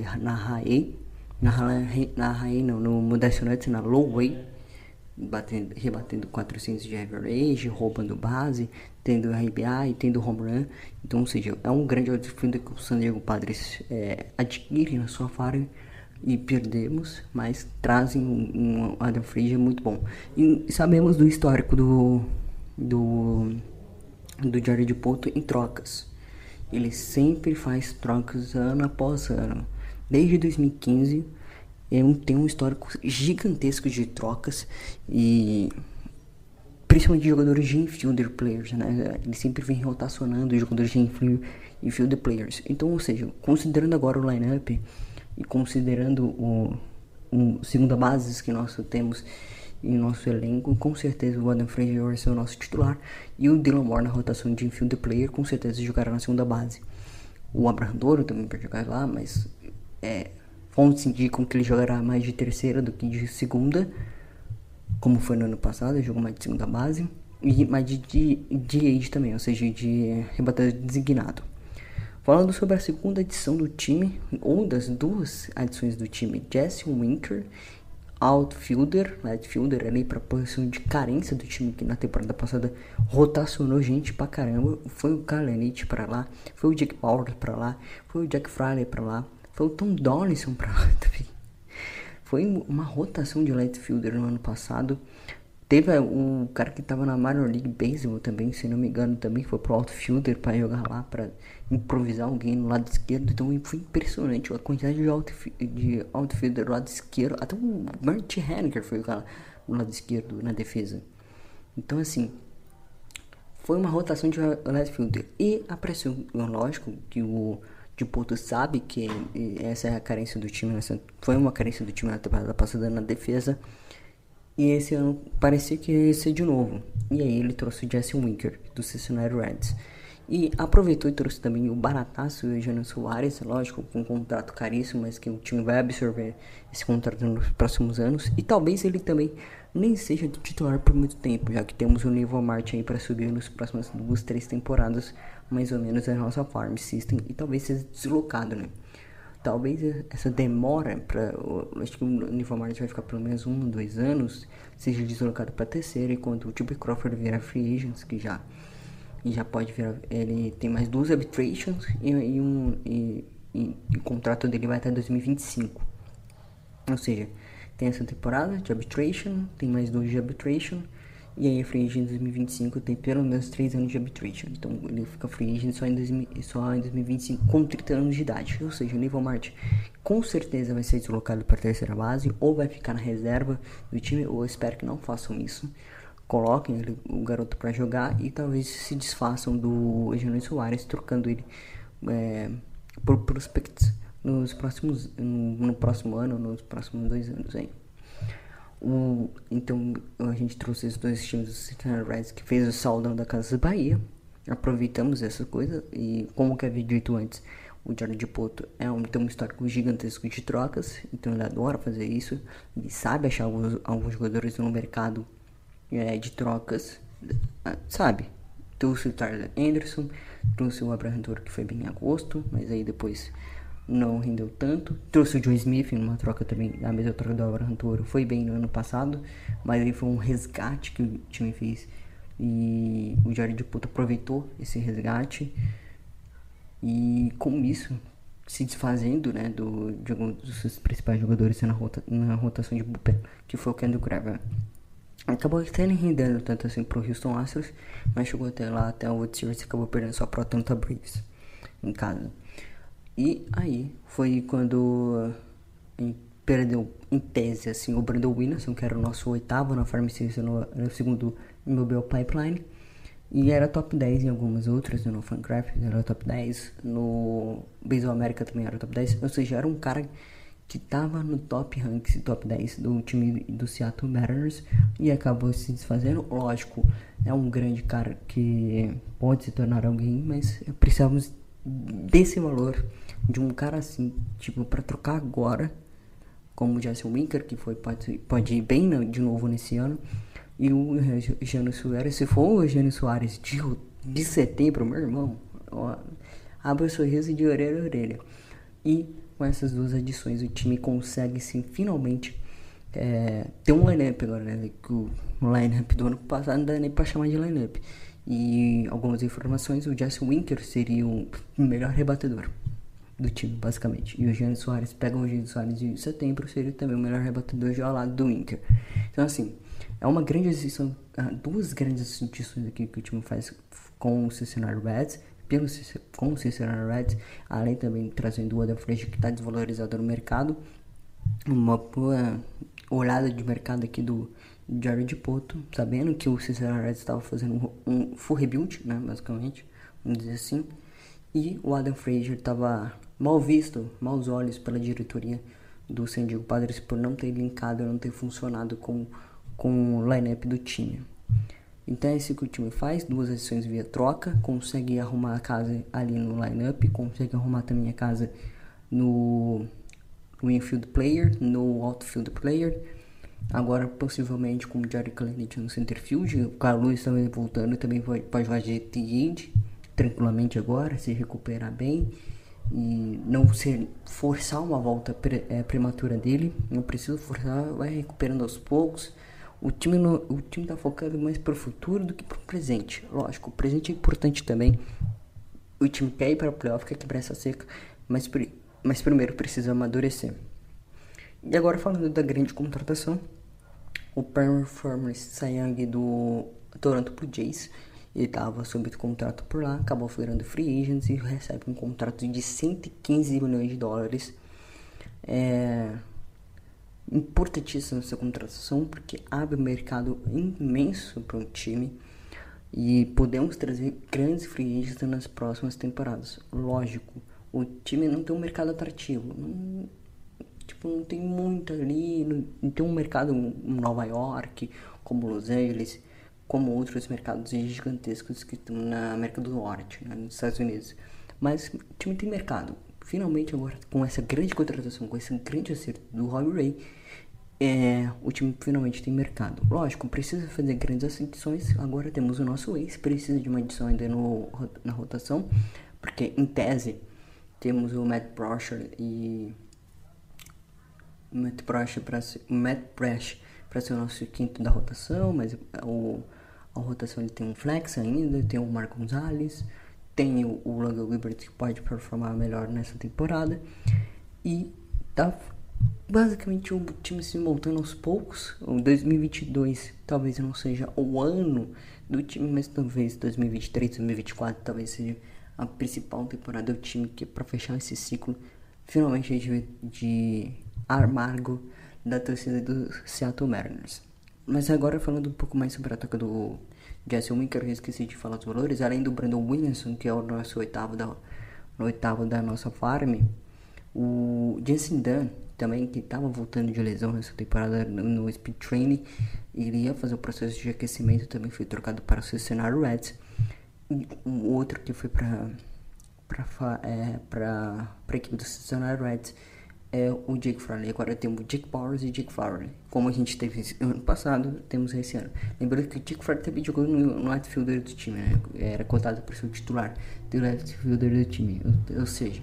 no Modesty Nuts, na Low Way, rebatendo 400 de average, roubando base, tendo RBI, tendo home run. Então, ou seja, é um grande outfielder que o San Diego Padres adquire na sua farm e perdemos, mas trazem um Adam Frazier muito bom. E sabemos do histórico do Jared Poto em trocas. Ele sempre faz trocas ano após ano. Desde 2015 ele tem um histórico gigantesco de trocas, e principalmente de jogadores de infielder players, né? Ele sempre vem rotacionando jogadores de infielder players. Então, ou seja, considerando agora o lineup e considerando o segunda bases que nós temos em nosso elenco, com certeza o Adam Frazier vai ser o nosso titular, e o Dylan Moore na rotação de infielder player com certeza jogará na segunda base. O Abraham Toro também pode jogar lá, mas fontes indicam que ele jogará mais de terceira do que de segunda, como foi no ano passado. Ele jogou mais de segunda base e mais de DH também, ou seja, de rebatedor designado. Falando sobre a segunda edição do time, ou das duas adições do time, Jesse Winker, outfielder, outfielder ali para a posição de carência do time, que na temporada passada rotacionou gente pra caramba. Foi o Kalenich pra lá, foi o Jake Bauer pra lá, foi o Jack Fraley pra lá, foi o Tom Donaldson pra lá também. Foi uma rotação de left fielder no ano passado. Teve o cara que tava na Minor League Baseball também, se não me engano, também foi pro outfielder para jogar lá, para improvisar alguém no lado esquerdo. Então foi impressionante a quantidade de outfielder do lado esquerdo. Até o Marty Henniger foi jogar no lado esquerdo na defesa. Então assim, foi uma rotação de left fielder. E a pressão, lógico que o de Poto sabe que essa é a carência do time, foi uma carência do time na temporada passada na defesa. E esse ano parecia que ia ser de novo. E aí ele trouxe o Jesse Winker do Cincinnati Reds. E aproveitou e trouxe também o barataço e o Jânio Soares, lógico, com um contrato caríssimo, mas que o time vai absorver esse contrato nos próximos anos. E talvez ele também nem seja titular por muito tempo, já que temos o Nivo Martin aí para subir nas próximas 2-3 temporadas, mais ou menos, a nossa farm system. E talvez seja deslocado, né? Talvez essa demora acho que o Nivo Martin vai ficar pelo menos 1-2 anos, seja deslocado para terceira, enquanto o Tibby Crawford virar free agents, que já pode virar. Ele tem mais 2 arbitrations e o contrato dele vai até 2025. Ou seja, tem essa temporada de arbitration, tem mais 2 de arbitration E aí a free agent em 2025 tem pelo menos 3 anos de arbitration. Então ele fica free agent só em 2025 com 30 anos de idade. Ou seja, o Neville Martin com certeza vai ser deslocado para a terceira base ou vai ficar na reserva do time. Ou eu espero que não façam isso. Coloquem o garoto para jogar e talvez se desfaçam do Eugenio Soares, trocando ele por prospects no próximo ano, nos próximos 2 anos aí. Então a gente trouxe esses 2 times do Cincinnati Reds que fez o saldão da Casa Bahia. Aproveitamos essa coisa e, como que havia dito antes, o Jordan Dipoto tem um histórico gigantesco de trocas, então ele adora fazer isso. Ele sabe achar alguns jogadores no mercado de trocas, sabe? Trouxe o Tyler Anderson, trouxe o Abraham Toro, que foi bem em agosto, mas aí depois não rendeu tanto. Trouxe o Joe Smith numa troca também, a mesma troca do Abraham Toro, foi bem no ano passado, mas aí foi um resgate que o time fez e o Jordan Dipoto aproveitou esse resgate e com isso se desfazendo, né, de alguns dos seus principais jogadores na rotação de bullpen, que foi o Kendall Graveman. Acabou até nem rendendo tanto assim pro Houston Astros, mas chegou até lá, até o World Series, e acabou perdendo só pro Atlanta Braves em casa. E aí foi quando perdeu em tese assim o Brandon Williamson, que era o nosso 8º na farm system, no segundo Mobile Pipeline, e era top 10 em algumas outras, no Fangraphs era top 10, no Baseball America também era top 10, ou seja, era um cara que estava no top ranks, top 10 do time do Seattle Mariners e acabou se desfazendo. Lógico, é um grande cara que pode se tornar alguém, mas precisamos desse valor de um cara assim, tipo, para trocar agora, como o Jesse Winker, que pode ir bem de novo nesse ano, e o Eugenio Soares. Se for o Eugenio Soares de setembro, meu irmão, ó, abre o sorriso de orelha a orelha. E com essas 2 adições o time consegue sim finalmente ter um line-up agora, né? Que o line-up do ano passado não dá nem pra chamar de line-up. E algumas informações, o Jesse Winker seria o melhor rebatedor do time, basicamente. E o Eugenio Soares, pega o Eugenio Soares de setembro, seria também o melhor rebatedor já ao lado do Winker. Então assim, é uma grande adição, 2 grandes adições aqui que o time faz com o Cincinnati Reds, com o Cincinnati Reds, além também trazendo o Adam Frazier, que está desvalorizado no mercado. Uma boa olhada de mercado aqui do Jordan Dipoto, sabendo que o Cincinnati Reds estava fazendo um full rebuild, né, basicamente, vamos dizer assim, e o Adam Frazier estava mal visto, maus olhos pela diretoria do San Diego Padres por não ter linkado, não ter funcionado com o line-up do time. Então é isso que o time faz, 2 adições via troca, consegue arrumar a casa ali no lineup, consegue arrumar também a casa no infield player, no outfield player, agora possivelmente com o Jerry Kelenic no center field, o Carlos também voltando, também pode jogar de TD tranquilamente agora, se recuperar bem e não forçar uma volta prematura dele, não precisa forçar, vai recuperando aos poucos. O time tá focado mais pro futuro do que pro presente. Lógico, o presente é importante também. O time quer ir para o playoff, quer quebrar essa seca, mas primeiro precisa amadurecer. E agora falando da grande contratação, o Performance Cy Young do Toronto Blue Jays, ele estava sob contrato por lá, acabou virando free agent e recebe um contrato de 115 milhões de dólares. Importantíssima essa contratação porque abre um mercado imenso para o time e podemos trazer grandes free agents nas próximas temporadas. Lógico, o time não tem um mercado atrativo, não tem muito ali, não tem um mercado em Nova York, como Los Angeles, como outros mercados gigantescos que estão na América do Norte, né, nos Estados Unidos. Mas o time tem mercado. Finalmente agora, com essa grande contratação, com esse grande acerto do Robbie Ray, o time finalmente tem mercado. Lógico, precisa fazer grandes adições. Agora temos o nosso ex, precisa de uma adição ainda na rotação, porque em tese temos o Matt Brash para ser o nosso quinto da rotação, mas a rotação ele tem um flex ainda, tem o Marco Gonzalez, tem o Logan Gilbert que pode performar melhor nessa temporada e tá basicamente o time se montando aos poucos. O 2022 talvez não seja o ano do time, mas talvez 2023, 2024 talvez seja a principal temporada do time, que é para fechar esse ciclo finalmente de amargo da torcida do Seattle Mariners. Mas agora falando um pouco mais sobre a troca do Jesse Winker, eu esqueci de falar os valores. Além do Brandon Williamson, que é o nosso oitavo da nossa farm, o Jensen Dunn também, que estava voltando de lesão nessa temporada no Speed Training, iria fazer o processo de aquecimento, também foi trocado para o Cincinnati Reds. E o outro que foi para a equipe do Cincinnati Reds é o Jake Fraley. Agora temos Jake Bauers e Jake Fraley, como a gente teve ano passado, temos esse ano. Lembrando que o Jake Fraley também jogou no left fielder do time, né? Era cotado para ser o titular do left fielder do time, ou seja,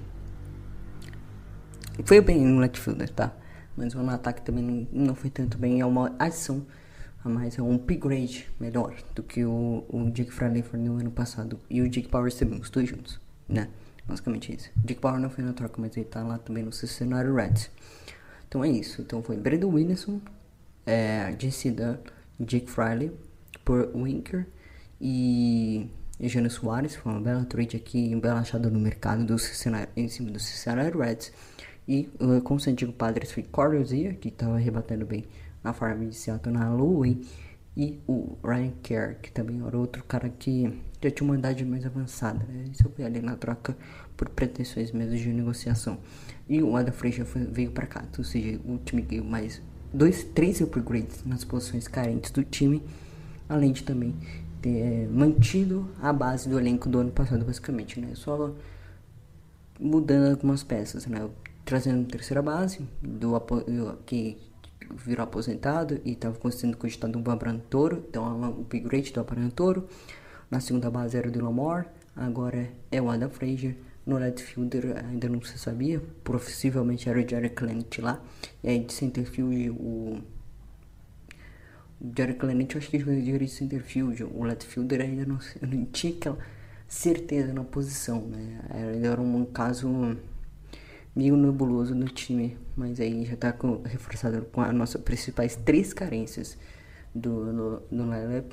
foi bem no left fielder, tá? Mas no ataque também não foi tanto bem. É uma adição a mais, é um upgrade melhor do que o Jake Fraley foi no ano passado. E o Jake Bauers também, os dois juntos, né? Basicamente isso. Jake Bauer não foi na troca, mas ele tá lá também no Cincinnati Reds. Então é isso. Então foi Brandon Williamson, Jesse Dunn, Jake Fraley por Winker e Jânio Soares. Foi uma bela trade aqui, um bela achada no mercado do Cincinnati, em cima do Cincinnati Reds. E com o San Diego Padres foi Corey Seager, que estava rebatendo bem na farm de Seattle na Louis. E o Ryan Kerr, que também era outro cara que já tinha uma idade mais avançada, né? Isso foi ali na troca por pretensões mesmo de negociação. E o Adam Frazier veio para cá, ou seja, o time ganhou mais 3 upgrades nas posições carentes do time, além de também ter mantido a base do elenco do ano passado, basicamente, né? Só mudando algumas peças, né? Trazendo terceira base, que virou aposentado e estava sendo cogitado do Abraham Toro, então é um upgrade do Abraham Toro. Na segunda base era o Dylan Moore, agora é o Adam Frazier. No left fielder ainda não se sabia, possivelmente era o Jarred Kelenic lá. E aí de centerfield o Jarred Kelenic, eu acho que ele foi de centerfield. O left fielder ainda eu não tinha aquela certeza na posição, né? Ainda era um caso meio nebuloso no time, mas aí já está reforçado com as nossas principais 3 carências no lineup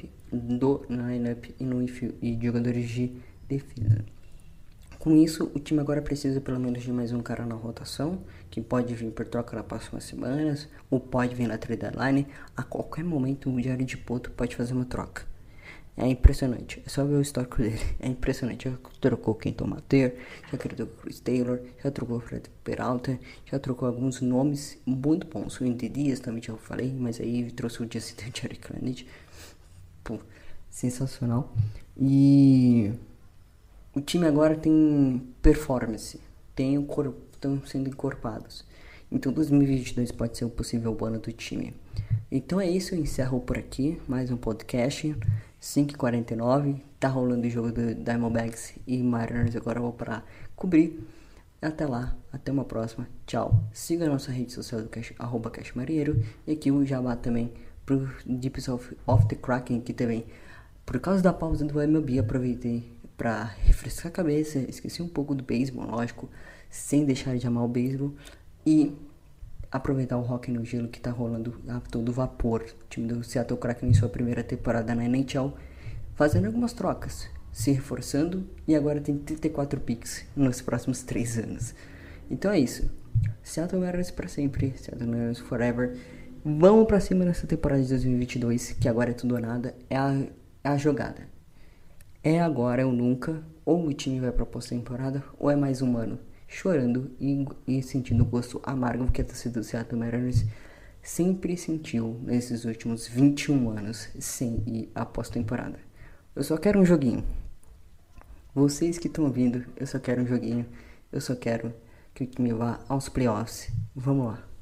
e de jogadores de defesa. Com isso, o time agora precisa pelo menos de mais um cara na rotação, que pode vir por troca nas próximas semanas, ou pode vir na trade deadline. A qualquer momento o Jared Poto pode fazer uma troca. É impressionante, é só ver o histórico dele, é impressionante. Já trocou o Kenton Mater, já trocou o Chris Taylor, já trocou o Fred Peralta, já trocou alguns nomes muito bons. O Andy Diaz também já falei, mas aí trouxe o Jesse Dunn, Jarred Kelenic, pô, sensacional. E o time agora tem performance, estão sendo encorpados. Então 2022 pode ser o possível ano do time. Então é isso, eu encerro por aqui mais um podcast. 5h49, tá rolando o jogo do Diamondbacks e Mariners, agora eu vou para cobrir. Até lá, até uma próxima, tchau. Siga a nossa rede social do @cashmarieiro, e aqui o jabá também pro Deeps of the Kraken, que também, por causa da pausa do MLB, aproveitei para refrescar a cabeça, esqueci um pouco do beisebol, lógico, sem deixar de amar o beisebol, e aproveitar o hockey no gelo que tá rolando a todo vapor. O time do Seattle Kraken em sua primeira temporada na NHL, fazendo algumas trocas, se reforçando, e agora tem 34 picks nos próximos 3 anos. Então é isso, Seattle Mariners para sempre, Seattle Mariners forever. Vamos pra cima nessa temporada de 2022, que agora é tudo ou nada, é a jogada. É agora ou nunca, ou o time vai pra pós-temporada, ou é mais um ano chorando e sentindo o gosto amargo que a torcida do Seattle Mariners sempre sentiu nesses últimos 21 anos sem ir à pós-temporada. Eu só quero um joguinho. Vocês que estão ouvindo, eu só quero um joguinho. Eu só quero que o time vá aos playoffs. Vamos lá.